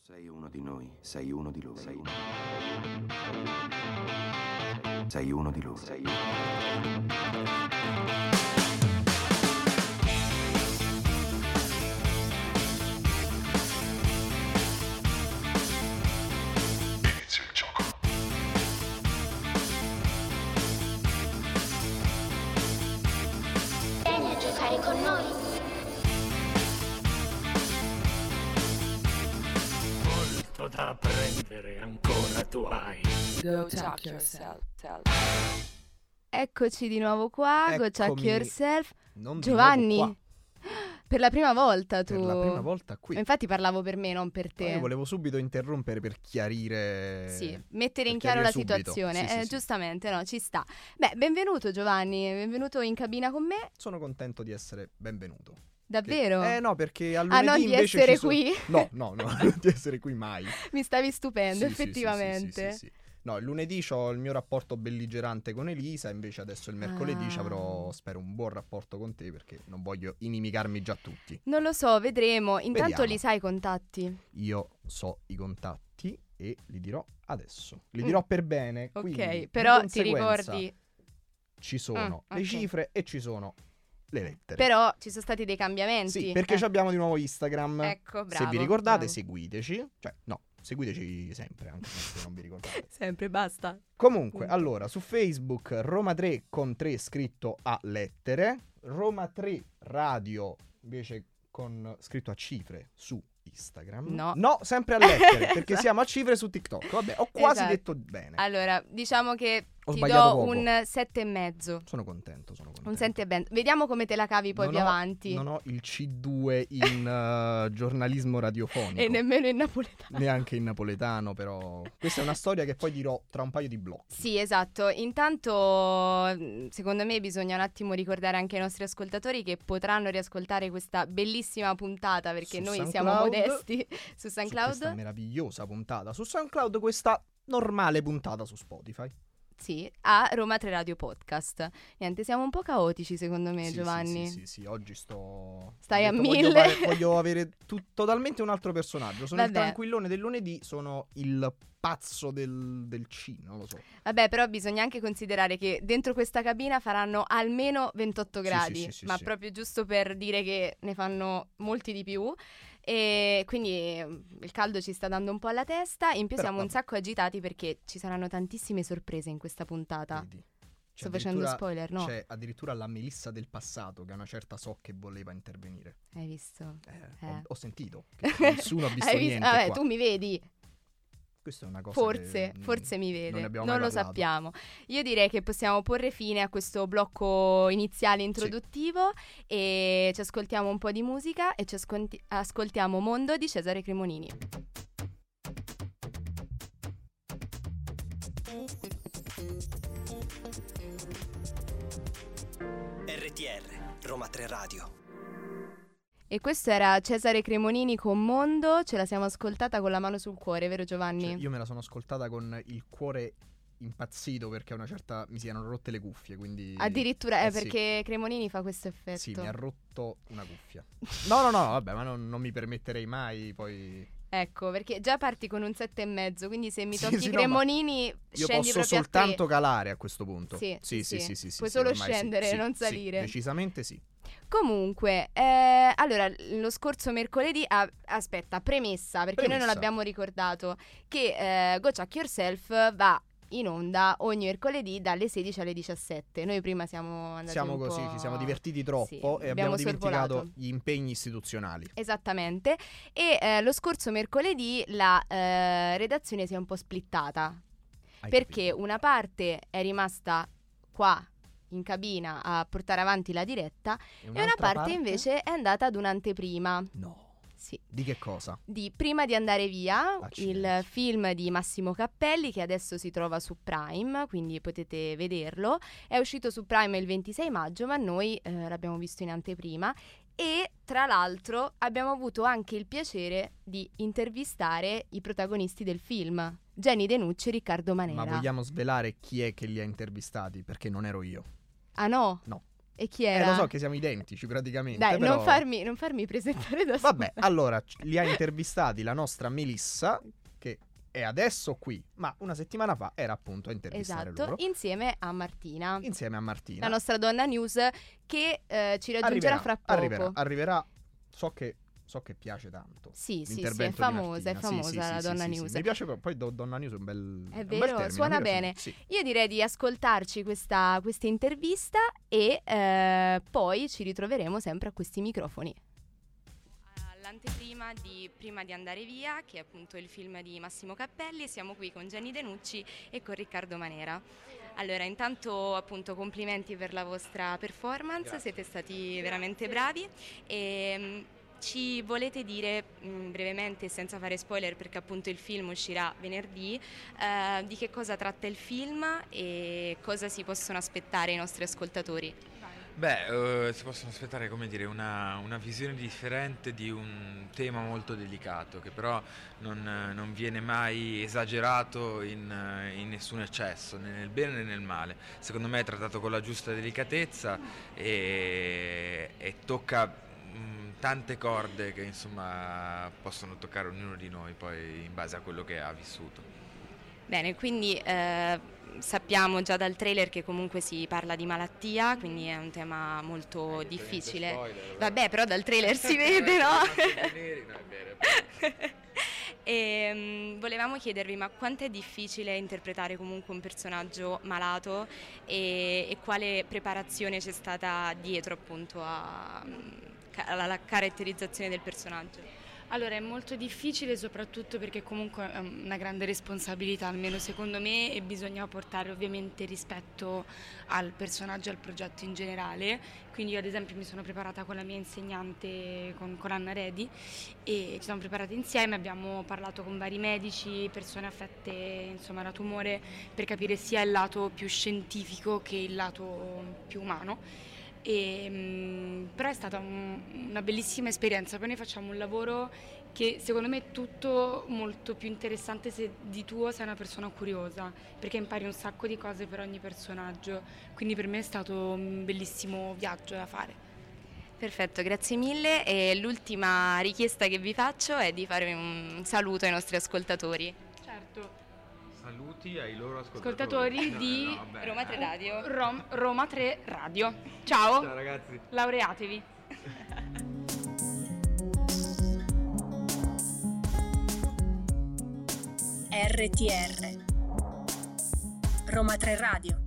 Sei uno di noi, sei uno di loro. Sei uno di loro. Sei Inizia il gioco. Vieni a giocare con noi. Molto da apprendere ancora tu hai. Go talk yourself. Eccoci di nuovo qua, Go Check Eccomi. Yourself. Non di Giovanni, nuovo per la prima volta tu. qua, per la prima volta qui. Infatti parlavo per me, non per te. Io volevo subito interrompere per chiarire. Sì, mettere in per chiaro la chiarire subito. situazione. Sì, sì, sì. Giustamente, no, ci sta. Beh, benvenuto Giovanni, benvenuto in cabina con me. Sono contento di essere benvenuto. Davvero? No, perché a Ah, lunedì non di invece essere ci sono- qui? No, di essere qui mai. Mi stavi stupendo, Sì, sì, sì, effettivamente. sì. No, il lunedì ho il mio rapporto belligerante con Elisa, invece adesso il mercoledì ci avrò, spero, un buon rapporto con te perché non voglio inimicarmi già tutti. Non lo so, vedremo. Intanto Vediamo. li sai i contatti. Io so i contatti e li dirò adesso. Li dirò per bene. Ok, quindi, di però ti conseguenza, ricordi. Ci sono le ok. cifre e ci sono le lettere. Però ci sono stati dei cambiamenti. Sì, perché abbiamo di nuovo Instagram. Ecco, bravo. Se vi ricordate, bravo. seguiteci. Cioè, no, seguiteci sempre, anche se non vi ricordate. Sempre, basta. Comunque, Punto. allora, su Facebook Roma 3 con 3 scritto a lettere, Roma 3 Radio invece con scritto a cifre su Instagram. No. Sempre a lettere, perché Esatto. siamo a cifre su TikTok. Vabbè, ho quasi Esatto. detto bene. Allora, diciamo che Ho ti sbagliato do poco. un 7,5. Sono contento. Un 7,5. Vediamo come te la cavi poi più avanti. Non ho il C2 in giornalismo radiofonico. E nemmeno in napoletano. Neanche in napoletano, però questa è una storia che poi dirò tra un paio di blocchi. Sì, esatto. Intanto, secondo me bisogna un attimo ricordare anche ai nostri ascoltatori che potranno riascoltare questa bellissima puntata perché Su noi SoundCloud. siamo modesti su Su SoundCloud. questa meravigliosa puntata su SoundCloud, questa normale puntata su Spotify. Sì, a Roma 3 Radio Podcast. Niente, siamo un po' caotici secondo me, Sì, Giovanni. sì, oggi sto... Stai ho a detto, 1000. Voglio avere totalmente un altro personaggio. Sono il Vabbè. tranquillone del lunedì, sono il pazzo del C, non lo so. Vabbè, però bisogna anche considerare che dentro questa cabina faranno almeno 28 Sì, gradi, sì, ma sì. proprio giusto per dire che ne fanno molti di più. E quindi il caldo ci sta dando un po' alla testa. In più Però, siamo un vabbè. sacco agitati perché ci saranno tantissime sorprese in questa puntata. Vedi. Sto facendo addirittura- spoiler, no? C'è addirittura la Melissa del passato, che una certa so che voleva intervenire. Hai visto? Ho sentito che nessuno ha visto Hai visto? niente Vabbè, qua. tu mi vedi. Questa è una cosa Forse, che, forse mi vede, non ne abbiamo non mai lo parlato. sappiamo. Io direi che possiamo porre fine a questo blocco iniziale introduttivo e ci ascoltiamo un po' di musica e ci ascoltiamo Mondo di Cesare Cremonini. RTR, Roma 3 Radio. E questo era Cesare Cremonini con Mondo, ce la siamo ascoltata con la mano sul cuore, vero Giovanni? Cioè, io me la sono ascoltata con il cuore impazzito perché a una certa mi si erano rotte le cuffie, quindi... Addirittura, sì. perché Cremonini fa questo effetto. Sì, mi ha rotto una cuffia. No, vabbè, ma non mi permetterei mai poi... Ecco, perché già parti con un 7,5, quindi se mi Sì, tocchi sì, no, ma Cremonini Io scendi posso proprio soltanto a 3. calare a questo punto. Sì. Puoi sì, solo ormai scendere, sì, non sì, salire. decisamente sì. Comunque, allora, lo scorso mercoledì, aspetta, premessa, perché noi non Premessa. l'abbiamo ricordato, che Go Check Yourself va in onda ogni mercoledì dalle 16 alle 17. Noi prima siamo andati Siamo un così, po'... ci siamo divertiti troppo Sì, e abbiamo dimenticato sorvolato. gli impegni istituzionali. Esattamente. E lo scorso mercoledì la redazione si è un po' splittata, Hai perché capito? una parte è rimasta qua in cabina a portare avanti la diretta e una un'altra parte invece è andata ad un'anteprima. No. Sì. Di che cosa? Di Prima di andare via, Accidenti. il film di Massimo Cappelli che adesso si trova su Prime, quindi potete vederlo. È uscito su Prime il 26 maggio, ma noi l'abbiamo visto in anteprima. E tra l'altro abbiamo avuto anche il piacere di intervistare i protagonisti del film, Jenny Denucci e Riccardo Manera. Ma vogliamo svelare chi è che li ha intervistati? Perché non ero io. Ah no? No. E chi era? Lo so che siamo identici praticamente. Dai, però... non farmi presentare da sola. Vabbè, allora li ha intervistati la nostra Melissa, che è adesso qui, ma una settimana fa era appunto a intervistare Esatto, loro. insieme a Martina, Insieme a Martina. la nostra donna news, che ci raggiungerà fra poco. Arriverà. So che piace tanto. Sì, è l'intervento famosa, di Martina. Sì, la donna sì, news. Mi piace poi donna news è un bel È un bel vero, termine, suona mi piace bene. molto, sì. Io direi di ascoltarci questa intervista e poi ci ritroveremo sempre a questi microfoni. All'anteprima di Prima di andare via, che è appunto il film di Massimo Cappelli, siamo qui con Jenny Denucci e con Riccardo Manera. Allora, intanto appunto complimenti per la vostra performance. Grazie. Siete stati veramente bravi e ci volete dire brevemente, senza fare spoiler perché appunto il film uscirà venerdì, di che cosa tratta il film e cosa si possono aspettare i nostri ascoltatori? Si possono aspettare, come dire, una visione differente di un tema molto delicato, che però non viene mai esagerato in nessun eccesso, né nel bene né nel male. Secondo me è trattato con la giusta delicatezza e tocca tante corde che insomma possono toccare ognuno di noi poi in base a quello che ha vissuto. Bene, quindi sappiamo già dal trailer che comunque si parla di malattia, quindi è un tema molto difficile. Spoiler, vabbè, però dal trailer si vede, no? E volevamo chiedervi, ma quanto è difficile interpretare comunque un personaggio malato e quale preparazione c'è stata dietro appunto alla caratterizzazione del personaggio? Allora, è molto difficile soprattutto perché comunque è una grande responsabilità, almeno secondo me, e bisogna portare ovviamente rispetto al personaggio e al progetto in generale. Quindi io ad esempio mi sono preparata con la mia insegnante, con Anna Redi, e ci siamo preparate insieme, abbiamo parlato con vari medici, persone affette insomma da tumore, per capire sia il lato più scientifico che il lato più umano. Però è stata una bellissima esperienza. Poi noi facciamo un lavoro che secondo me è tutto molto più interessante se di tuo sei una persona curiosa, perché impari un sacco di cose per ogni personaggio, quindi per me è stato un bellissimo viaggio da fare. Perfetto, grazie mille, e l'ultima richiesta che vi faccio è di fare un saluto ai nostri ascoltatori. Certo. Saluti ai loro ascoltatori di Roma 3 Radio. Roma 3 Radio. Ciao. Ciao ragazzi. Laureatevi. RTR Roma 3 Radio.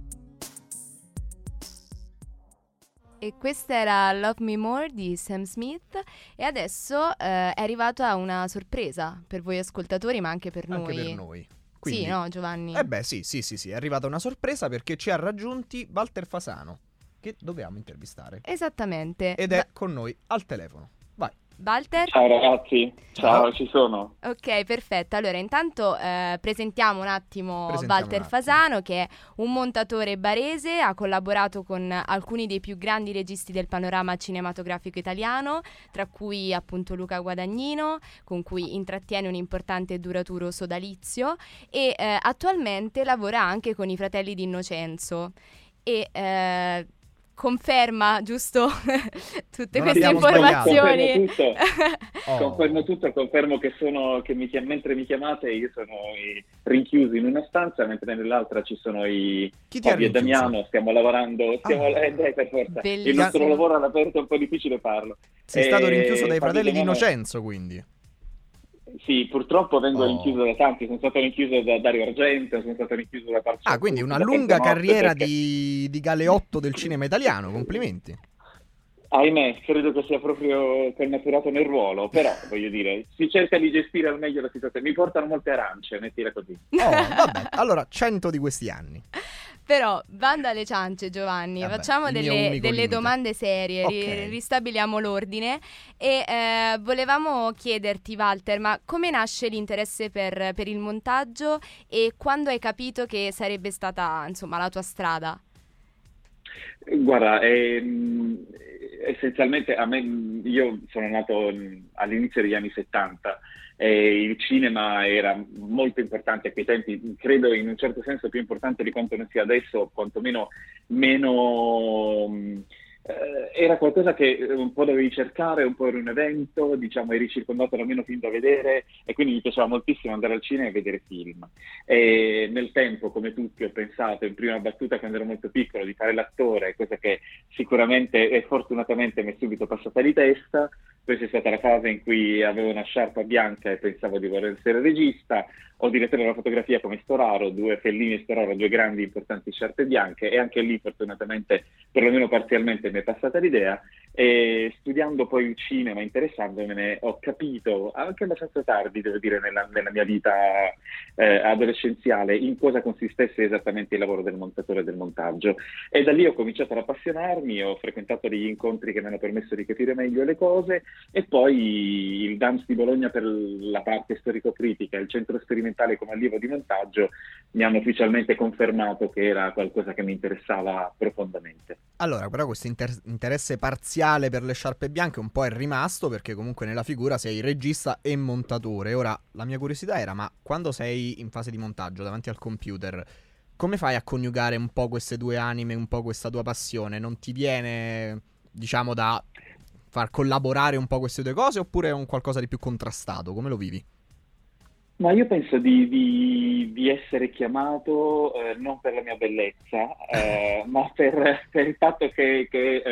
E questa era Love Me More di Sam Smith, e adesso è arrivata una sorpresa per voi ascoltatori, ma anche per noi. Anche per noi. Quindi, sì, no, Giovanni? Sì, è arrivata una sorpresa perché ci ha raggiunti Walter Fasano, che dobbiamo intervistare. Esattamente. Ed è con noi al telefono. Vai. Walter? Ciao ragazzi, ciao, ci sono. Ok, perfetto. Allora, intanto presentiamo un attimo Walter Fasano, che è un montatore barese, ha collaborato con alcuni dei più grandi registi del panorama cinematografico italiano, tra cui appunto Luca Guadagnino, con cui intrattiene un importante e duraturo sodalizio, e attualmente lavora anche con i fratelli di Innocenzo. E conferma, giusto? Tutte queste informazioni. Confermo tutto, confermo che mentre mi chiamate io sono rinchiuso in una stanza, mentre nell'altra ci sono i Fabio e Damiano, stiamo lavorando, per forza. Bellissimo. Il nostro lavoro all'aperto è un po' difficile farlo. Sei stato rinchiuso dai fratelli di Innocenzo, quindi? Sì, purtroppo vengo rinchiuso da tanti, sono stato rinchiuso da Dario Argento, sono stato rinchiuso da Parciotto. Ah, quindi una lunga carriera di galeotto del cinema italiano, complimenti. Ahimè, credo che sia proprio connaturato nel ruolo, però voglio dire, si cerca di gestire al meglio la situazione. Mi portano molte arance, mettila così. Vabbè, allora 100 di questi anni. Però, bando alle ciance, Giovanni, facciamo delle domande serie, okay. Ristabiliamo l'ordine, e volevamo chiederti, Walter, ma come nasce l'interesse per il montaggio e quando hai capito che sarebbe stata, insomma, la tua strada? Guarda, essenzialmente io sono nato all'inizio degli anni 70 e il cinema era molto importante a quei tempi, credo in un certo senso più importante di quanto non sia adesso, quantomeno meno era qualcosa che un po' dovevi cercare, un po' era un evento, diciamo, eri circondato da meno film da vedere e quindi mi piaceva moltissimo andare al cinema e vedere film. E nel tempo, come tutti, ho pensato in prima battuta quando ero molto piccolo di fare l'attore, cosa che sicuramente e fortunatamente mi è subito passata di testa. Poi c'è stata la fase in cui avevo una sciarpa bianca e pensavo di voler essere regista, o direttore della fotografia come Storaro, due Fellini e Storaro, due grandi importanti sciarpe bianche, e anche lì fortunatamente, perlomeno parzialmente, mi è passata l'idea, e studiando poi il cinema, interessandomene, ho capito, anche abbastanza tardi, devo dire, nella mia vita adolescenziale, in cosa consistesse esattamente il lavoro del montatore e del montaggio. E da lì ho cominciato ad appassionarmi, ho frequentato degli incontri che mi hanno permesso di capire meglio le cose, e poi il DAMS di Bologna per la parte storico-critica e il centro sperimentale come allievo di montaggio mi hanno ufficialmente confermato che era qualcosa che mi interessava profondamente. Allora, però questo interesse parziale per le sciarpe bianche un po' è rimasto, perché comunque nella figura sei regista e montatore. Ora, la mia curiosità era, ma quando sei in fase di montaggio davanti al computer, come fai a coniugare un po' queste due anime, un po' questa tua passione? Non ti viene, diciamo, da far collaborare un po' queste due cose, oppure è un qualcosa di più contrastato? Come lo vivi? Ma io penso di essere chiamato non per la mia bellezza, ma per il fatto che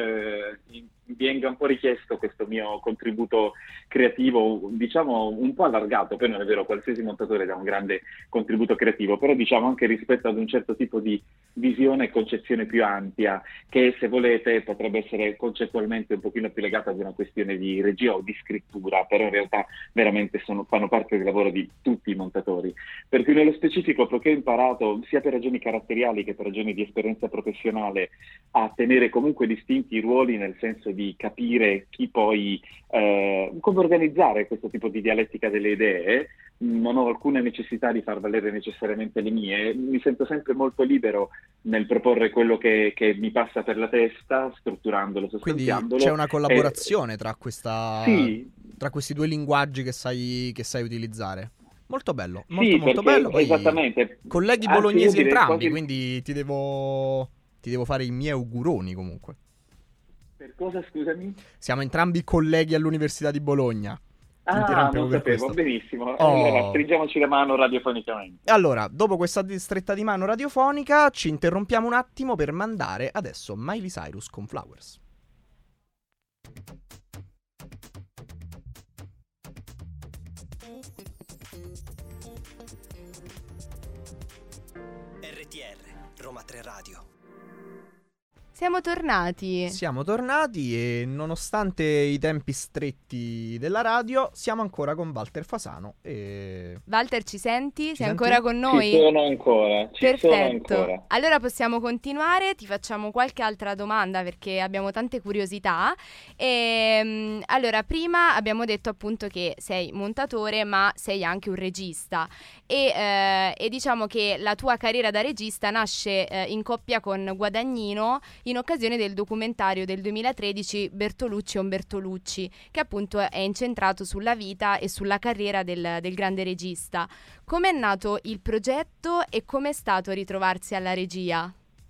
venga un po' richiesto questo mio contributo creativo, diciamo un po' allargato. Poi non è vero, qualsiasi montatore dà un grande contributo creativo, però diciamo anche rispetto ad un certo tipo di visione e concezione più ampia, che se volete potrebbe essere concettualmente un pochino più legata ad una questione di regia o di scrittura, però in realtà veramente fanno parte del lavoro di tutti i montatori. Per cui nello specifico, poiché ho imparato sia per ragioni caratteriali che per ragioni di esperienza professionale a tenere comunque distinti i ruoli, nel senso di capire chi poi come organizzare questo tipo di dialettica delle idee, non ho alcuna necessità di far valere necessariamente le mie, mi sento sempre molto libero nel proporre quello che mi passa per la testa, strutturandolo, sostanziandolo. Quindi c'è una collaborazione tra questa sì, tra questi due linguaggi che sai utilizzare. Molto bello, sì, molto bello. Poi esattamente. Colleghi bolognesi entrambi, quindi ti devo fare i miei auguroni comunque. Per cosa, scusami? Siamo entrambi colleghi all'Università di Bologna. Ah, non sapevo, benissimo. Allora, stringiamoci la mano radiofonicamente. Allora, dopo questa stretta di mano radiofonica, ci interrompiamo un attimo per mandare adesso Miley Cyrus con Flowers. RTR, Roma 3 Radio. Siamo tornati E nonostante i tempi stretti della radio siamo ancora con Walter Fasano e... Walter, ci senti? Sei senti? ancora con noi? Ci sono ancora. Perfetto. Allora possiamo continuare, ti facciamo qualche altra domanda perché abbiamo tante curiosità. Allora, prima abbiamo detto appunto che sei montatore ma sei anche un regista e diciamo che la tua carriera da regista nasce in coppia con Guadagnino in occasione del documentario del 2013 Bertolucci on Bertolucci, che appunto è incentrato sulla vita e sulla carriera del grande regista. Come è nato il progetto e come è stato ritrovarsi alla regia?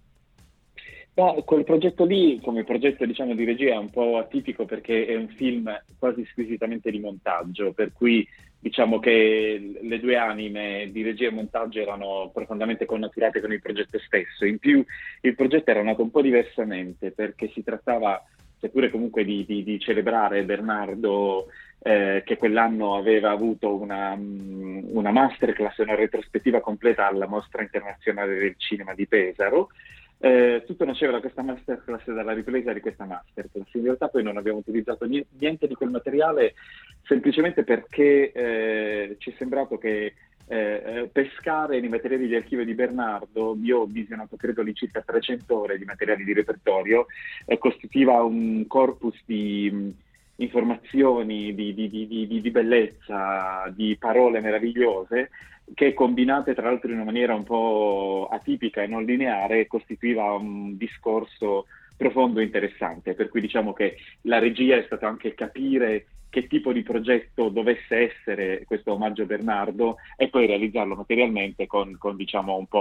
No, quel progetto lì, come progetto diciamo di regia, è un po' atipico perché è un film quasi squisitamente di montaggio, per cui diciamo che le due anime di regia e montaggio erano profondamente connaturate con il progetto stesso. In più il progetto era nato un po' diversamente perché si trattava, seppure comunque di celebrare Bernardo, che quell'anno aveva avuto una masterclass, una retrospettiva completa alla Mostra Internazionale del Cinema di Pesaro. Tutto nasceva da questa masterclass, dalla ripresa di questa masterclass. In realtà poi non abbiamo utilizzato niente di quel materiale semplicemente perché ci è sembrato che pescare nei materiali di archivio di Bernardo, io ho visionato credo lì circa 300 ore di materiali di repertorio, costituiva un corpus di informazioni, di bellezza, di parole meravigliose, che combinate tra l'altro in una maniera un po' atipica e non lineare costituiva un discorso profondo e interessante, per cui diciamo che la regia è stata anche capire che tipo di progetto dovesse essere questo omaggio a Bernardo e poi realizzarlo materialmente con diciamo un po'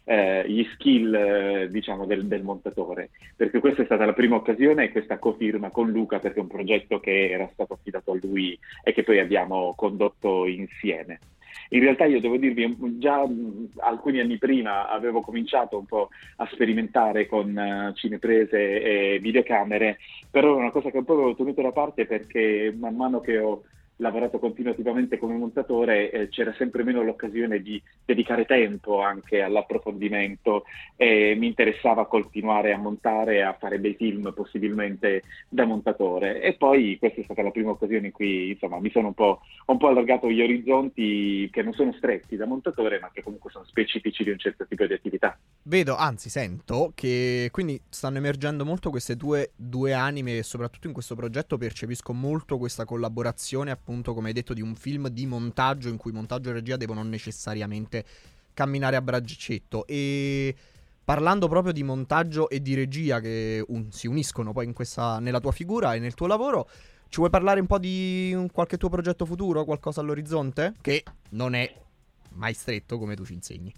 gli skill diciamo del montatore, perché questa è stata la prima occasione e questa cofirma con Luca, perché è un progetto che era stato affidato a lui e che poi abbiamo condotto insieme. In realtà io devo dirvi, già alcuni anni prima avevo cominciato un po' a sperimentare con cineprese e videocamere, però è una cosa che un po' avevo tenuto da parte perché man mano che ho lavorato continuativamente come montatore c'era sempre meno l'occasione di dedicare tempo anche all'approfondimento e mi interessava continuare a montare e a fare dei film possibilmente da montatore, e poi questa è stata la prima occasione in cui insomma mi sono un po' allargato gli orizzonti, che non sono stretti da montatore ma che comunque sono specifici di un certo tipo di attività. Vedo, anzi sento, che quindi stanno emergendo molto queste due anime, e soprattutto in questo progetto percepisco molto questa collaborazione, appunto come hai detto, di un film di montaggio in cui montaggio e regia devono necessariamente camminare a braccetto. E parlando proprio di montaggio e di regia che si uniscono poi nella tua figura e nel tuo lavoro, ci vuoi parlare un po' di qualche tuo progetto futuro, qualcosa all'orizzonte? Che non è mai stretto, come tu ci insegni.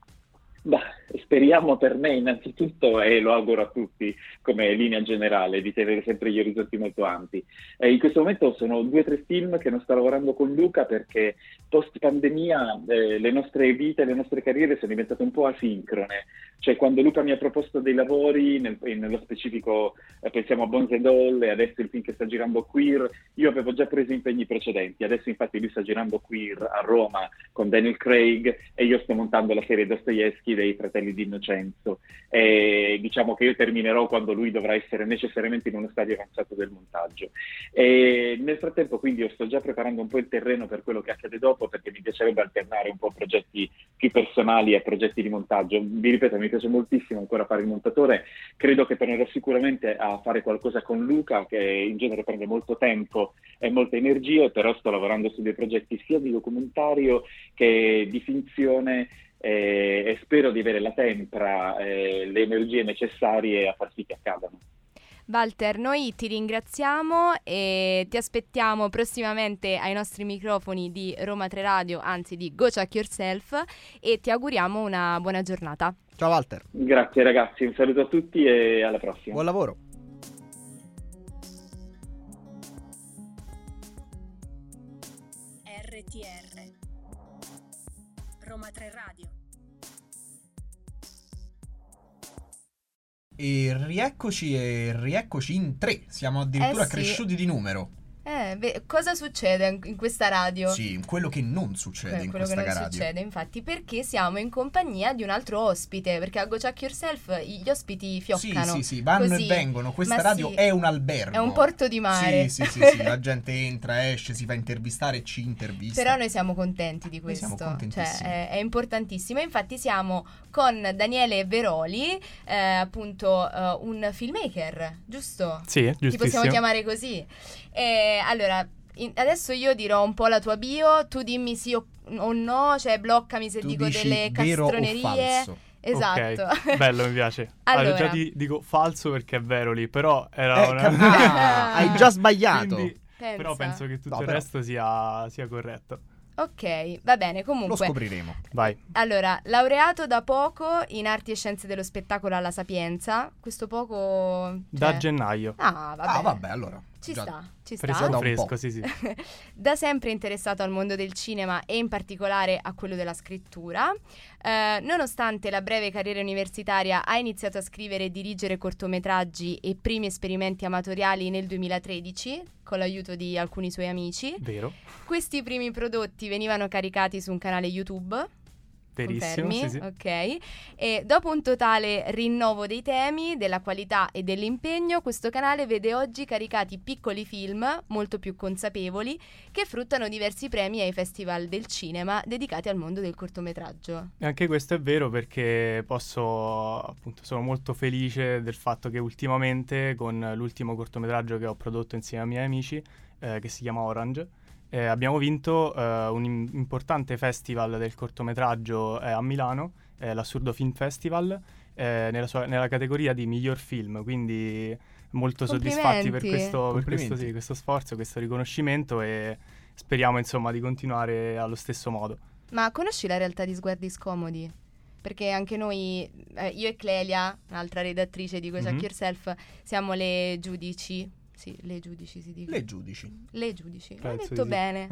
Speriamo per me innanzitutto, e lo auguro a tutti come linea generale, di tenere sempre gli orizzonti molto ampi. In questo momento sono 2 o 3 film che non sto lavorando con Luca perché post pandemia le nostre vite, le nostre carriere sono diventate un po' asincrone. Cioè quando Luca mi ha proposto dei lavori, nello specifico pensiamo a Bones and All e adesso il film che sta girando Queer, io avevo già preso impegni precedenti. Adesso infatti lui sta girando Queer a Roma con Daniel Craig e io sto montando la serie Dostoevsky dei Fratelli di Innocenzo, e diciamo che io terminerò quando lui dovrà essere necessariamente in uno stadio avanzato del montaggio. E nel frattempo quindi io sto già preparando un po' il terreno per quello che accade dopo, perché mi piacerebbe alternare un po' progetti più personali e progetti di montaggio. Vi ripeto, mi piace moltissimo ancora fare il montatore, credo che tornerò sicuramente a fare qualcosa con Luca, che in genere prende molto tempo e molte energie, però sto lavorando su dei progetti sia di documentario che di finzione, e spero di avere la tempra, le energie necessarie a far sì che accadano. Walter, noi ti ringraziamo e ti aspettiamo prossimamente ai nostri microfoni di Roma 3 Radio, anzi di Go Check Yourself, e ti auguriamo una buona giornata. Ciao Walter. Grazie ragazzi, un saluto a tutti e alla prossima. Buon lavoro. RTR Roma 3 Radio. E rieccoci in 3. Siamo addirittura cresciuti di numero. Cosa succede in questa radio? Sì, quello che non succede in questa radio. Quello che non succede, infatti, perché siamo in compagnia di un altro ospite, perché a Go Check Yourself gli ospiti fioccano. Sì, vanno e vengono. Questa radio è un albergo. È un porto di mare. Sì, la gente entra, esce, si fa intervistare e ci intervista. Però noi siamo contenti di questo. Noi siamo contentissimi. Cioè, è importantissimo. Infatti siamo con Daniele Veroli, appunto un filmmaker, giusto? Sì, giustissimo. Ti possiamo chiamare così. Allora, adesso io dirò un po' la tua bio, tu dimmi sì o no, cioè bloccami se tu dico dici delle castronerie. Vero o falso. Esatto. Okay, bello, mi piace. Allora, già ti dico falso perché è Veroli, però era hai già sbagliato. Quindi, però penso che tutto il resto sia corretto. Ok, va bene, comunque lo scopriremo. Vai. Allora, laureato da poco in arti e scienze dello spettacolo alla Sapienza. Questo poco da gennaio. Vabbè, allora ci sta. Fresco, sì. Da sempre interessato al mondo del cinema e in particolare a quello della scrittura. Nonostante la breve carriera universitaria, ha iniziato a scrivere e dirigere cortometraggi e primi esperimenti amatoriali nel 2013 con l'aiuto di alcuni suoi amici. Vero. Questi primi prodotti venivano caricati su un canale YouTube. Verissimo, sì. Ok. E dopo un totale rinnovo dei temi, della qualità e dell'impegno, questo canale vede oggi caricati piccoli film molto più consapevoli che fruttano diversi premi ai festival del cinema dedicati al mondo del cortometraggio. E anche questo è vero, perché sono molto felice del fatto che ultimamente, con l'ultimo cortometraggio che ho prodotto insieme ai miei amici, che si chiama Orange, abbiamo vinto un importante festival del cortometraggio a Milano, l'Assurdo Film Festival, nella categoria di miglior film, quindi molto soddisfatti per questo sforzo, questo riconoscimento, e speriamo insomma di continuare allo stesso modo. Ma conosci la realtà di Sguardi Scomodi? perché anche noi, io e Clelia, un'altra redattrice di Go Check Yourself, siamo le giudici. Sì, le giudici si dicono. Le giudici. L'hai detto bene.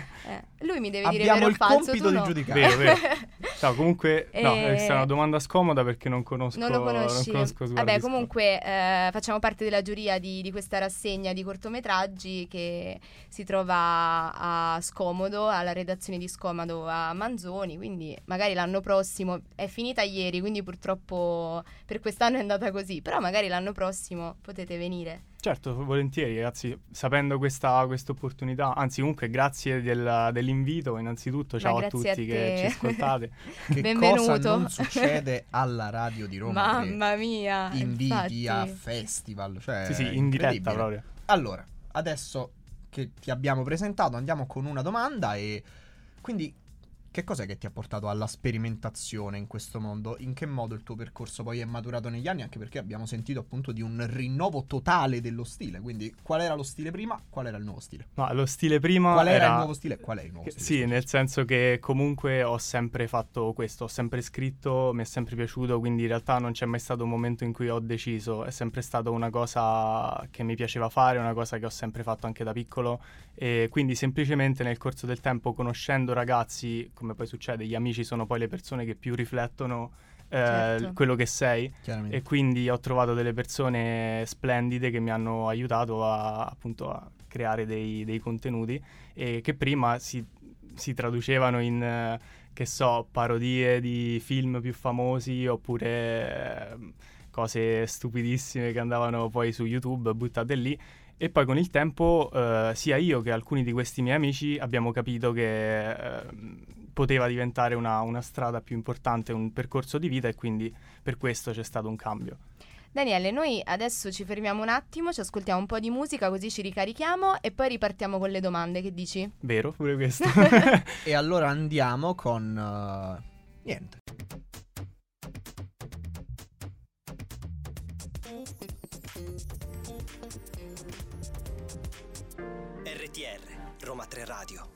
Lui mi deve dire abbiamo vero o falso. Abbiamo il compito di giudicare. Vero. No, comunque, no, è una domanda scomoda perché non conosco. Non lo conosci. Non conosco Vabbè, comunque facciamo parte della giuria di questa rassegna di cortometraggi che si trova a Scomodo, alla redazione di Scomodo a Manzoni, quindi magari l'anno prossimo, è finita ieri, quindi purtroppo per quest'anno è andata così, però magari l'anno prossimo potete venire. Certo, volentieri, ragazzi, sapendo questa opportunità, anzi comunque grazie dell'invito innanzitutto, ciao a tutti che ci ascoltate. Che benvenuto. Cosa non succede alla radio di Roma? Mamma mia, inviti a infatti. festival, cioè sì, in diretta proprio. Allora, adesso che ti abbiamo presentato andiamo con una domanda e quindi che cos'è che ti ha portato alla sperimentazione in questo mondo? In che modo il tuo percorso poi è maturato negli anni? Anche perché abbiamo sentito appunto di un rinnovo totale dello stile. Quindi qual era lo stile prima? Qual era il nuovo stile? No, lo stile prima qual era il nuovo stile? Qual è il nuovo stile? Sì, nel senso che comunque ho sempre fatto questo, ho sempre scritto, mi è sempre piaciuto, quindi in realtà non c'è mai stato un momento in cui ho deciso, è sempre stata una cosa che mi piaceva fare, una cosa che ho sempre fatto anche da piccolo e quindi semplicemente nel corso del tempo, conoscendo ragazzi, come poi succede, gli amici sono poi le persone che più riflettono quello che sei, e quindi ho trovato delle persone splendide che mi hanno aiutato appunto a creare dei contenuti e che prima si traducevano in che so, parodie di film più famosi oppure cose stupidissime che andavano poi su YouTube buttate lì. E poi con il tempo sia io che alcuni di questi miei amici abbiamo capito che poteva diventare una strada più importante, un percorso di vita, e quindi per questo c'è stato un cambio. Daniele, noi adesso ci fermiamo un attimo, ci ascoltiamo un po' di musica così ci ricarichiamo e poi ripartiamo con le domande, che dici? Vero, pure questo. E allora andiamo con niente. RTR, Roma 3 Radio.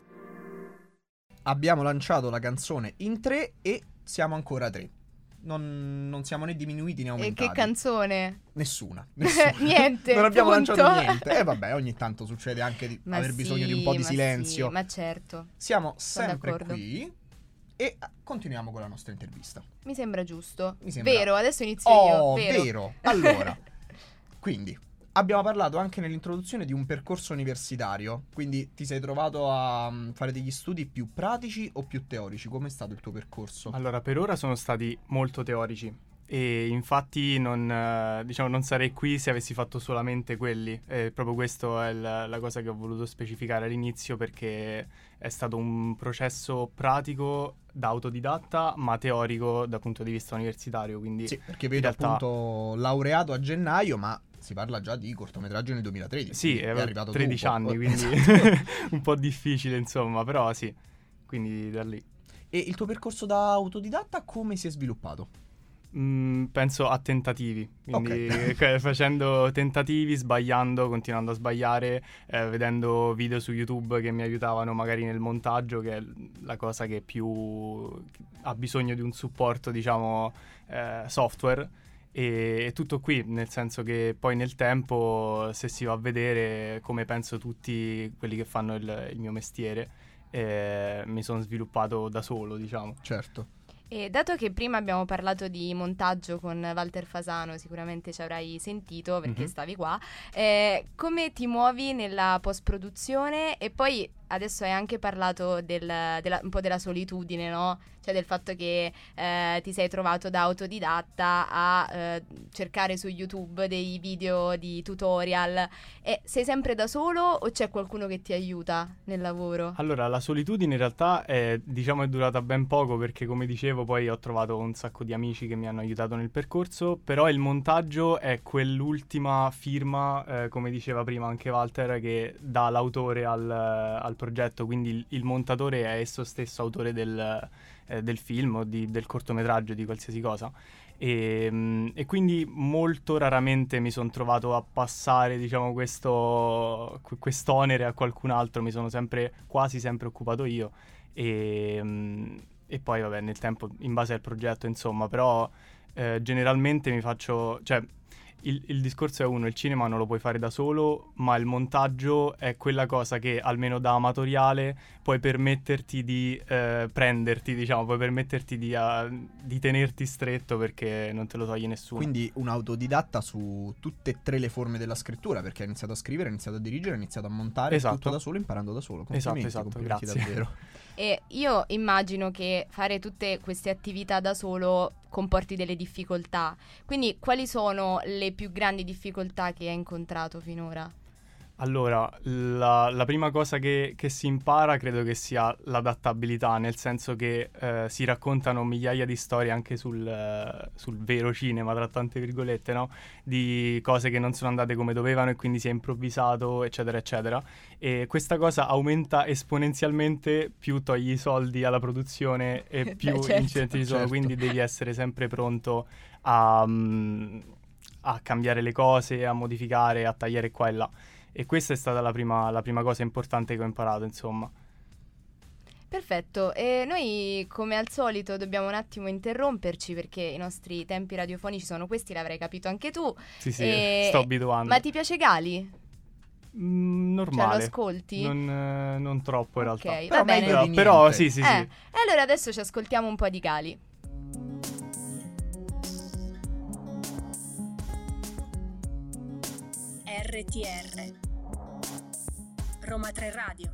Abbiamo lanciato la canzone in 3 e siamo ancora 3. Non siamo né diminuiti né aumentati. E che canzone? Nessuna. Niente. Non abbiamo punto. lanciato niente. E vabbè, ogni tanto succede anche di aver bisogno di un po' di silenzio. Sì, ma certo. Siamo sempre qui e continuiamo con la nostra intervista. Mi sembra giusto. Mi sembra... Vero, adesso inizio io. Vero. Allora, quindi abbiamo parlato anche nell'introduzione di un percorso universitario, quindi ti sei trovato a fare degli studi più pratici o più teorici? Com'è stato il tuo percorso? Allora, per ora sono stati molto teorici e infatti non sarei qui se avessi fatto solamente quelli. Proprio questo è la cosa che ho voluto specificare all'inizio, perché è stato un processo pratico da autodidatta ma teorico dal punto di vista universitario. Quindi sì, perché vedo appunto laureato a gennaio, ma si parla già di cortometraggio nel 2013. Sì, è arrivato 13 dopo. anni, quindi un po' difficile insomma, però sì, quindi da lì. E il tuo percorso da autodidatta come si è sviluppato? Penso a tentativi, quindi facendo tentativi, sbagliando, continuando a sbagliare, vedendo video su YouTube che mi aiutavano magari nel montaggio, che è la cosa che più ha bisogno di un supporto, diciamo, software. E tutto qui, nel senso che poi nel tempo, se si va a vedere, come penso tutti quelli che fanno il mio mestiere, mi sono sviluppato da solo, diciamo. Certo. E dato che prima abbiamo parlato di montaggio con Walter Fasano, sicuramente ci avrai sentito perché stavi qua, come ti muovi nella post-produzione? E poi adesso hai anche parlato un po' della solitudine, no? Cioè del fatto che ti sei trovato da autodidatta a cercare su YouTube dei video di tutorial. E sei sempre da solo o c'è qualcuno che ti aiuta nel lavoro? Allora, la solitudine in realtà è durata ben poco, perché come dicevo poi ho trovato un sacco di amici che mi hanno aiutato nel percorso, però il montaggio è quell'ultima firma, come diceva prima anche Walter, che dà l'autore al progetto, quindi il montatore è esso stesso autore del film o del cortometraggio, di qualsiasi cosa. E quindi molto raramente mi sono trovato a passare, diciamo, quest'onere a qualcun altro. Mi sono quasi sempre occupato io, e e poi vabbè nel tempo in base al progetto insomma, però generalmente mi faccio, cioè il discorso è uno, il cinema non lo puoi fare da solo, ma il montaggio è quella cosa che almeno da amatoriale puoi permetterti di prenderti, diciamo, puoi permetterti di tenerti stretto perché non te lo toglie nessuno. Quindi un autodidatta su tutte e 3 le forme della scrittura, perché ha iniziato a scrivere, ha iniziato a dirigere, ha iniziato a montare, tutto da solo, imparando da solo. Complimenti, complimenti grazie. Davvero. E io immagino che fare tutte queste attività da solo comporti delle difficoltà. Quindi quali sono le più grandi difficoltà che hai incontrato finora? Allora, la prima cosa che si impara credo che sia l'adattabilità, nel senso che si raccontano migliaia di storie anche sul vero cinema, tra tante virgolette, no? Di cose che non sono andate come dovevano e quindi si è improvvisato, eccetera, eccetera. E questa cosa aumenta esponenzialmente più togli i soldi alla produzione e più incidenti ci sono, quindi devi essere sempre pronto a cambiare le cose, a modificare, a tagliare qua e là. E questa è stata la prima cosa importante che ho imparato, insomma. Perfetto, e noi come al solito dobbiamo un attimo interromperci perché i nostri tempi radiofonici sono questi, l'avrai capito anche tu. Sì, sto abituando. Ma ti piace Gali? Normale. Cioè lo ascolti? Non troppo in realtà. Ok, va bene. Però sì. E allora adesso ci ascoltiamo un po' di Gali. RTR Roma 3 Radio.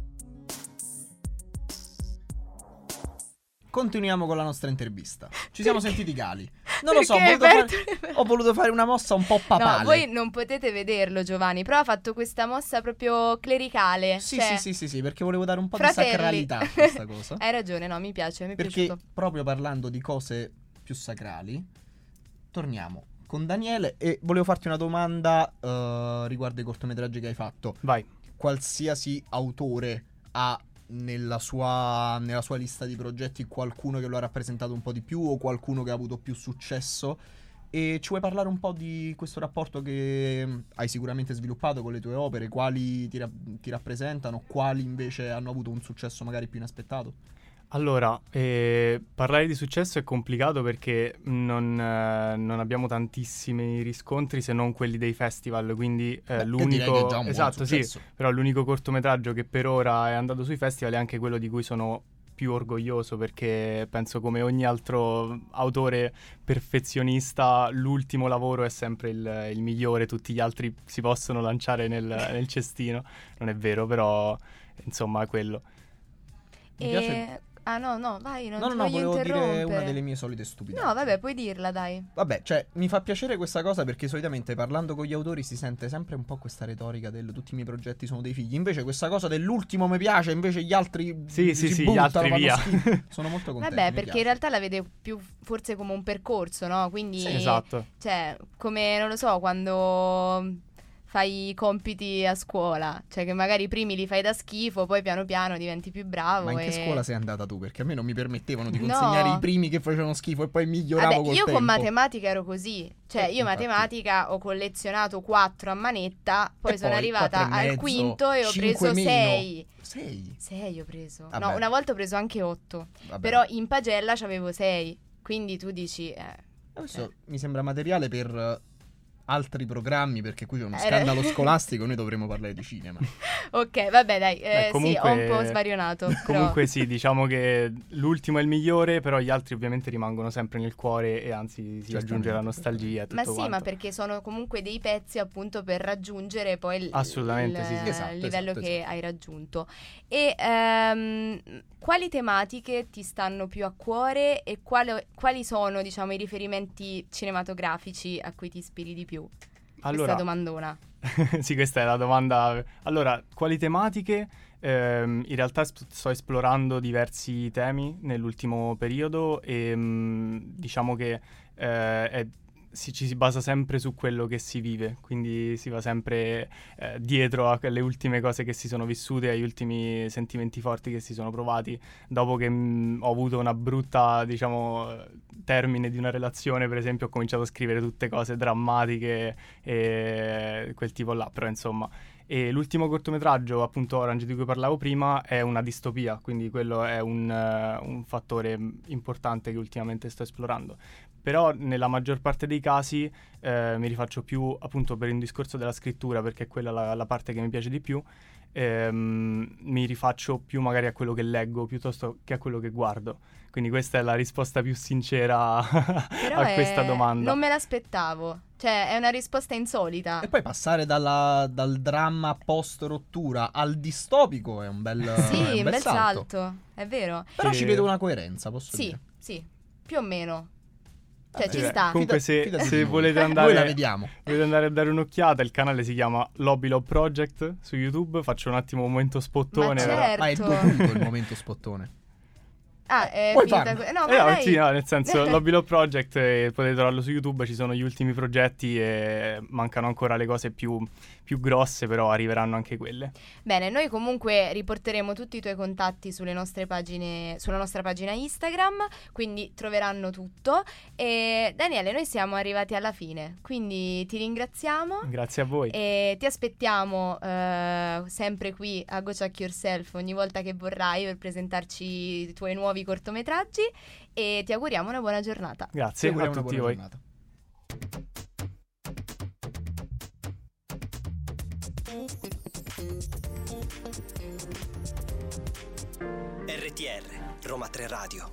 Continuiamo con la nostra intervista. Ci siamo sentiti Gali. Non lo so, ho voluto fare una mossa un po' papale. No, voi non potete vederlo, Giovanni, però ha fatto questa mossa proprio clericale. Sì, cioè, sì, perché volevo dare un po' di sacralità a questa cosa. Hai ragione, no, mi piace, mi è perché piaciuto. Proprio parlando di cose più sacrali, torniamo con Daniele e volevo farti una domanda riguardo i cortometraggi che hai fatto. Vai. Qualsiasi autore ha nella sua lista di progetti qualcuno che lo ha rappresentato un po' di più o qualcuno che ha avuto più successo, e ci vuoi parlare un po' di questo rapporto che hai sicuramente sviluppato con le tue opere, quali ti rappresentano, quali invece hanno avuto un successo magari più inaspettato? Allora, parlare di successo è complicato perché non abbiamo tantissimi riscontri se non quelli dei festival, quindi l'unico, che è già un esatto, buon sì, però l'unico cortometraggio che per ora è andato sui festival è anche quello di cui sono più orgoglioso, perché penso come ogni altro autore perfezionista l'ultimo lavoro è sempre il migliore, tutti gli altri si possono lanciare nel cestino, non è vero, però insomma è quello. Mi piace... no, vai, non ti voglio volevo interrompere. dire una delle mie solite stupidità. No, vabbè, puoi dirla, dai. Vabbè, cioè, mi fa piacere questa cosa perché solitamente parlando con gli autori si sente sempre un po' questa retorica del tutti i miei progetti sono dei figli. Invece questa cosa dell'ultimo mi piace, invece gli altri sì, buttano, gli altri via. Sono molto contento. Vabbè, perché in realtà la vede più forse come un percorso, no? Quindi, sì, esatto. Cioè, come, non lo so, quando fai i compiti a scuola, cioè che magari i primi li fai da schifo, poi piano piano diventi più bravo. Ma in che scuola sei andata tu? Perché a me non mi permettevano di consegnare i primi che facevano schifo e poi miglioravo col tempo. Io con matematica ero così, cioè io matematica ho collezionato 4 a manetta, poi e sono poi arrivata al quinto e ho preso 6. 6 ho preso. Vabbè. No, una volta ho preso anche 8. Vabbè. Però in pagella c'avevo 6. Quindi tu dici Adesso mi sembra materiale per altri programmi, perché qui c'è uno scandalo scolastico, noi dovremmo parlare di cinema. Ok, vabbè, dai, comunque, sì, ho un po' svarionato. Comunque sì, diciamo che l'ultimo è il migliore, però gli altri ovviamente rimangono sempre nel cuore e anzi si aggiunge la nostalgia e tutto ma sì, quanto. ma perché sono comunque dei pezzi appunto per raggiungere poi il livello che hai raggiunto. E quali tematiche ti stanno più a cuore e quali sono, diciamo, i riferimenti cinematografici a cui ti ispiri di più? Questa domandona. Sì, questa è la domanda. Allora, quali tematiche? In realtà sto esplorando diversi temi nell'ultimo periodo e diciamo che ci si basa sempre su quello che si vive, quindi si va sempre dietro alle ultime cose che si sono vissute, agli ultimi sentimenti forti che si sono provati dopo che ho avuto una brutta, diciamo, termine di una relazione. Per esempio ho cominciato a scrivere tutte cose drammatiche e quel tipo là, però insomma E l'ultimo cortometraggio, appunto Orange, di cui parlavo prima, è una distopia, quindi quello è un fattore importante che ultimamente sto esplorando. Però nella maggior parte dei casi mi rifaccio più appunto per un discorso della scrittura, perché è quella la parte che mi piace di più. Mi rifaccio più magari a quello che leggo piuttosto che a quello che guardo. Quindi questa è la risposta più sincera a questa domanda. Non me l'aspettavo. Cioè, è una risposta insolita. E poi passare dal dramma post-rottura al distopico è un bel sì, un bel salto. È vero. Però ci vedo una coerenza, posso dire. Sì, più o meno. Cioè, ci sta. Comunque se volete andare, noi la vediamo. Volete andare a dare un'occhiata, il canale si chiama Lobby Love Project su YouTube. Faccio un attimo un momento spottone. Ma certo. Ma è dovuto il momento spottone. Ah, è finita. No, sì, no, nel senso Lobby Love Project, potete trovarlo su YouTube, ci sono gli ultimi progetti e mancano ancora le cose più grosse, però arriveranno anche quelle. Bene, noi comunque riporteremo tutti i tuoi contatti sulle nostre pagine, sulla nostra pagina Instagram, quindi troveranno tutto. E Daniele, noi siamo arrivati alla fine, quindi ti ringraziamo. Grazie a voi. E ti aspettiamo sempre qui a Go Check Yourself ogni volta che vorrai per presentarci i tuoi nuovi cortometraggi e ti auguriamo una buona giornata. Grazie a tutti voi. Giornata. RTR Roma 3 Radio.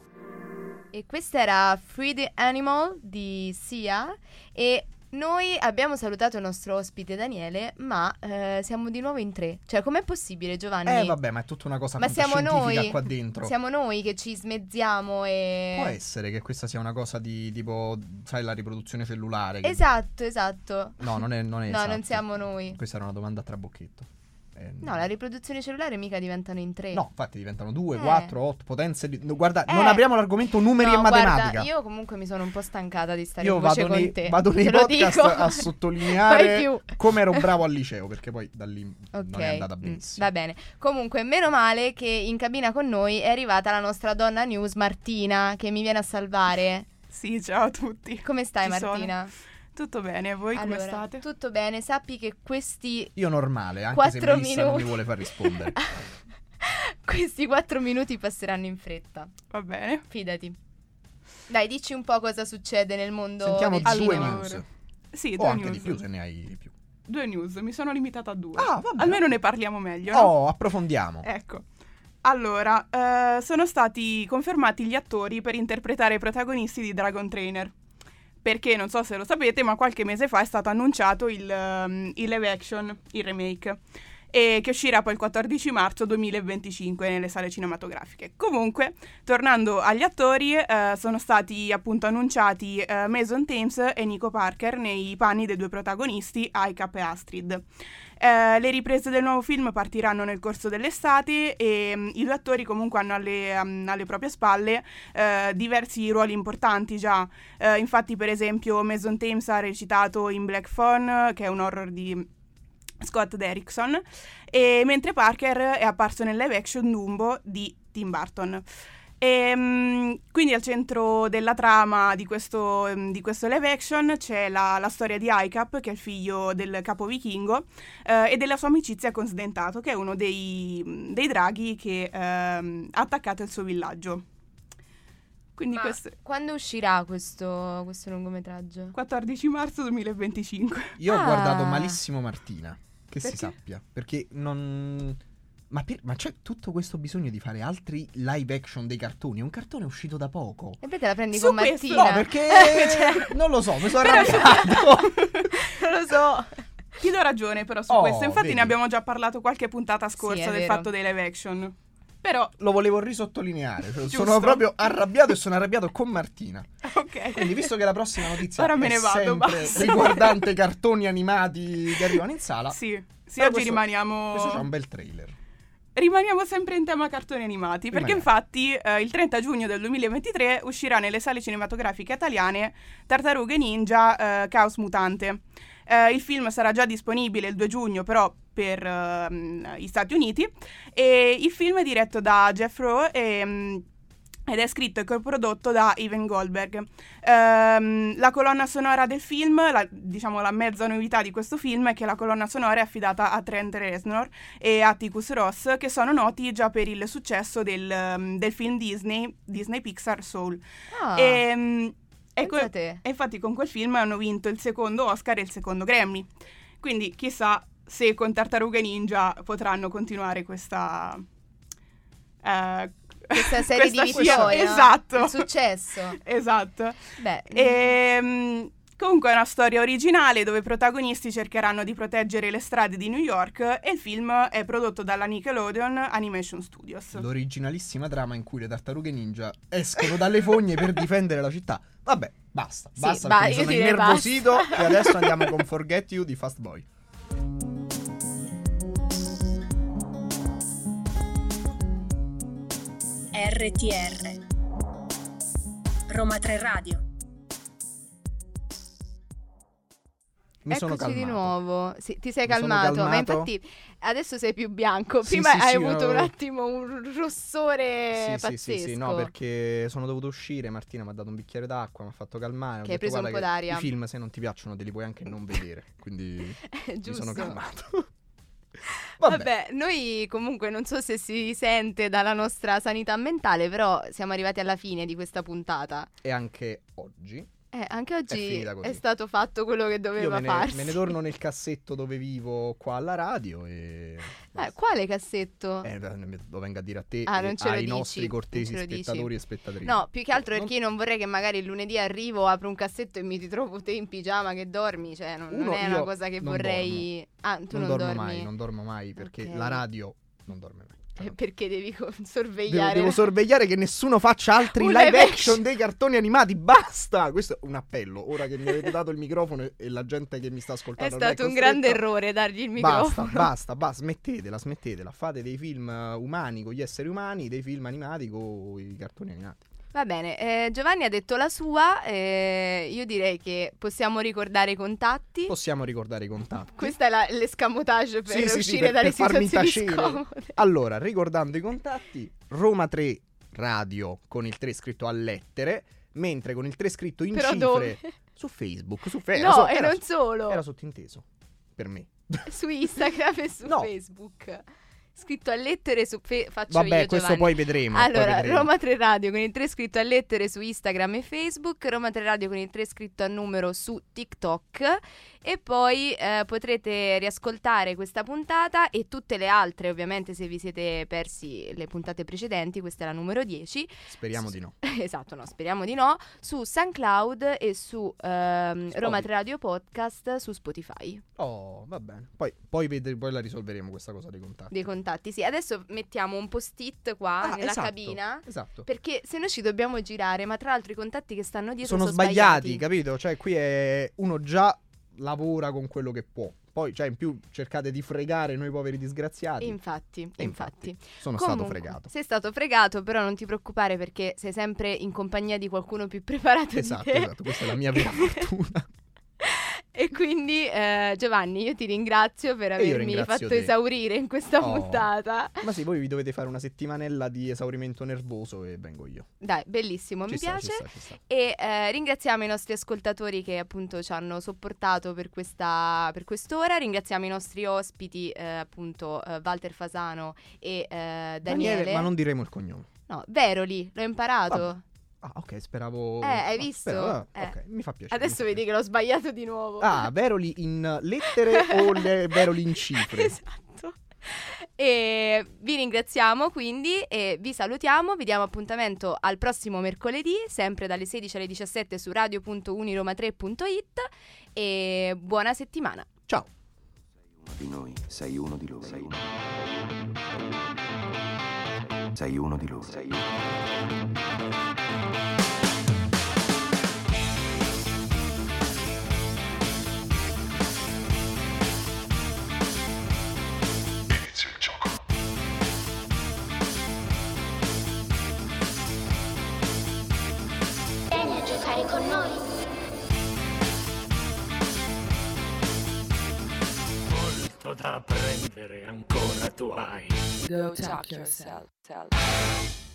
E questa era Free the Animal di Sia e noi abbiamo salutato il nostro ospite Daniele, ma siamo di nuovo in 3. Cioè, com'è possibile, Giovanni? Vabbè, ma è tutta una cosa siamo noi qua dentro. Siamo noi che ci smezziamo e... Può essere che questa sia una cosa di tipo, sai, la riproduzione cellulare. Esatto. No, non è esatto. Non siamo noi. Questa era una domanda a trabocchetto. No, la riproduzione cellulare mica diventano in 3. No, infatti diventano 2, 4, 8 potenze guarda, non apriamo l'argomento numeri e matematica. Guarda, io comunque mi sono un po' stancata di stare in voce con te. Vado nei podcast a sottolineare come ero bravo al liceo, perché poi da lì non è andata benissimo. Va bene. Comunque, meno male che in cabina con noi è arrivata la nostra donna news Martina, che mi viene a salvare. Sì, ciao a tutti. Come stai, Martina? Tutto bene, voi come state? Tutto bene, sappi che questi... Io normale, anche se Melissa non mi vuole far rispondere. Questi 4 minuti passeranno in fretta. Va bene. Fidati. Dai, dici un po' cosa succede nel mondo Sentiamo del due cinema. news. Sì, o anche di più, se ne hai di più. 2 news, mi sono limitata a 2. Ah, vabbè. Almeno ne parliamo meglio, no? Oh, approfondiamo. Ecco. Allora, sono stati confermati gli attori per interpretare i protagonisti di Dragon Trainer. Perché, non so se lo sapete, ma qualche mese fa è stato annunciato il live action, il remake, e che uscirà poi il 14 marzo 2025 nelle sale cinematografiche. Comunque, tornando agli attori, sono stati appunto annunciati Mason Thames e Nico Parker nei panni dei 2 protagonisti, Aika e Astrid. Le riprese del nuovo film partiranno nel corso dell'estate e i 2 attori comunque hanno alle proprie spalle diversi ruoli importanti già. Infatti, per esempio, Mason Thames ha recitato in Black Phone, che è un horror di Scott Derrickson, e mentre Parker è apparso nel live action Dumbo di Tim Burton. E quindi al centro della trama di questo live action c'è la storia di Aicap, che è il figlio del capo vichingo, e della sua amicizia con Sdentato, che è uno dei draghi che ha attaccato il suo villaggio. Quindi quando uscirà questo lungometraggio? 14 marzo 2025. Io ho guardato malissimo Martina, che perché? Si sappia, perché non... Ma c'è tutto questo bisogno di fare altri live action dei cartoni? Un cartone è uscito da poco. E poi te la prendi con Martina? No, perché non lo so, mi sono arrabbiato. Non lo so. Ti do ragione però su questo. Infatti vedi. Ne abbiamo già parlato qualche puntata scorsa del fatto dei live action. Però lo volevo risottolineare. Sono proprio arrabbiato e sono arrabbiato con Martina. Ok. Quindi, visto che la prossima notizia ora me ne vado, sempre riguardante cartoni animati che arrivano in sala. Sì, oggi rimaniamo... Questo c'è un bel trailer. Rimaniamo sempre in tema cartoni animati, perché infatti il 30 giugno del 2023 uscirà nelle sale cinematografiche italiane Tartarughe Ninja Caos Mutante. Il film sarà già disponibile il 2 giugno però per gli Stati Uniti, e il film è diretto da Jeff Rowe e ed è scritto e coprodotto da Evan Goldberg. La colonna sonora del film, la mezza novità di questo film è che la colonna sonora è affidata a Trent Reznor e Atticus Ross, che sono noti già per il successo del film Disney Pixar Soul. E infatti con quel film hanno vinto il secondo Oscar e il secondo Grammy. Quindi chissà se con Tartarughe Ninja potranno continuare questa serie di vittorie, esatto. Il successo. Esatto. Beh, comunque è una storia originale dove i protagonisti cercheranno di proteggere le strade di New York e il film è prodotto dalla Nickelodeon Animation Studios. L'originalissima trama in cui le tartarughe ninja escono dalle fogne per difendere la città. Vabbè, basta perché mi sono innervosito e adesso andiamo con Forget You di Fast Boy. RTR Roma 3 Radio. Mi sono calmato. di nuovo. Sì, ti sei calmato, ma infatti adesso sei più bianco. Prima hai avuto un attimo un rossore pazzesco. Sì, no, perché sono dovuto uscire. Martina mi ha dato un bicchiere d'acqua, mi ha fatto calmare. Che hai preso un po' d'aria. I film, se non ti piacciono, te li puoi anche non vedere. Quindi mi sono calmato. Vabbè, noi comunque non so se si sente dalla nostra sanità mentale, però siamo arrivati alla fine di questa puntata. E anche oggi. Anche oggi è stato fatto quello che doveva farsi. Me ne torno nel cassetto dove vivo qua alla radio e... quale cassetto? Lo venga a dire a te non ce lo ai dici, nostri cortesi spettatori e spettatrici. No, più che altro perché io non vorrei che magari il lunedì arrivo, apro un cassetto e mi ritrovo te in pigiama che dormi. Cioè non è una cosa che vorrei... Tu non dormi? Non dormo mai perché la radio non dorme mai. Perché devi sorvegliare. Devo sorvegliare che nessuno faccia altri live action dei cartoni animati. Basta! Questo è un appello. Ora che mi avete dato il microfono e la gente che mi sta ascoltando è stato un grande errore dargli il microfono. Basta, smettetela. Fate dei film umani con gli esseri umani, dei film animati con i cartoni animati. Va bene, Giovanni ha detto la sua, io direi che possiamo ricordare i contatti. Questa è l'escamotage per uscire dalle situazioni scomode. Allora, ricordando i contatti, Roma 3 Radio con il 3 scritto a lettere, mentre con il 3 scritto in cifre dove? Su Facebook. Non solo. Era sottinteso, per me. Su Instagram e su Facebook. Scritto a lettere su faccio Vabbè, io, questo poi vedremo. Allora, Roma 3 Radio con il 3 scritto a lettere su Instagram e Facebook, Roma 3 Radio con il 3 scritto a numero su TikTok, e poi potrete riascoltare questa puntata e tutte le altre, ovviamente, se vi siete persi le puntate precedenti. Questa è la numero 10. Speriamo di no. Esatto, no, speriamo di no. Su SoundCloud e su Roma 3 Radio Podcast su Spotify. Oh, va bene. Poi la risolveremo questa cosa dei contatti. Sì, adesso mettiamo un post-it qua nella cabina. Esatto. Perché se no ci dobbiamo girare, ma tra l'altro i contatti che stanno dietro sono sbagliati, capito? Cioè qui è uno già lavora con quello che può. Poi, in più cercate di fregare noi poveri disgraziati. Infatti. Sono stato fregato. Sei stato fregato, però non ti preoccupare perché sei sempre in compagnia di qualcuno più preparato di te. Esatto, questa è la mia vera fortuna. E quindi Giovanni, io ti ringrazio per avermi fatto esaurire in questa puntata. Ma sì, voi vi dovete fare una settimanella di esaurimento nervoso e vengo io. Dai, bellissimo, mi piace. Ci sta. E ringraziamo i nostri ascoltatori che appunto ci hanno sopportato per quest'ora. Ringraziamo i nostri ospiti, Walter Fasano e Daniele. Ma non diremo il cognome. No, Veroli, l'ho imparato. Vabbè. Ah, ok, speravo... hai visto? Ok, mi fa piacere. Adesso vedi che l'ho sbagliato di nuovo. Veroli in lettere o Veroli in cifre? Esatto. E vi ringraziamo quindi e vi salutiamo. Vi diamo appuntamento al prossimo mercoledì, sempre dalle 16 alle 17 su radio.uniroma3.it e buona settimana. Ciao. Sei uno di noi, sei uno di loro. Sei uno di loro. Inizia il gioco. Vieni a giocare con noi. Molto da apprendere ancora tu hai. Go talk yourself.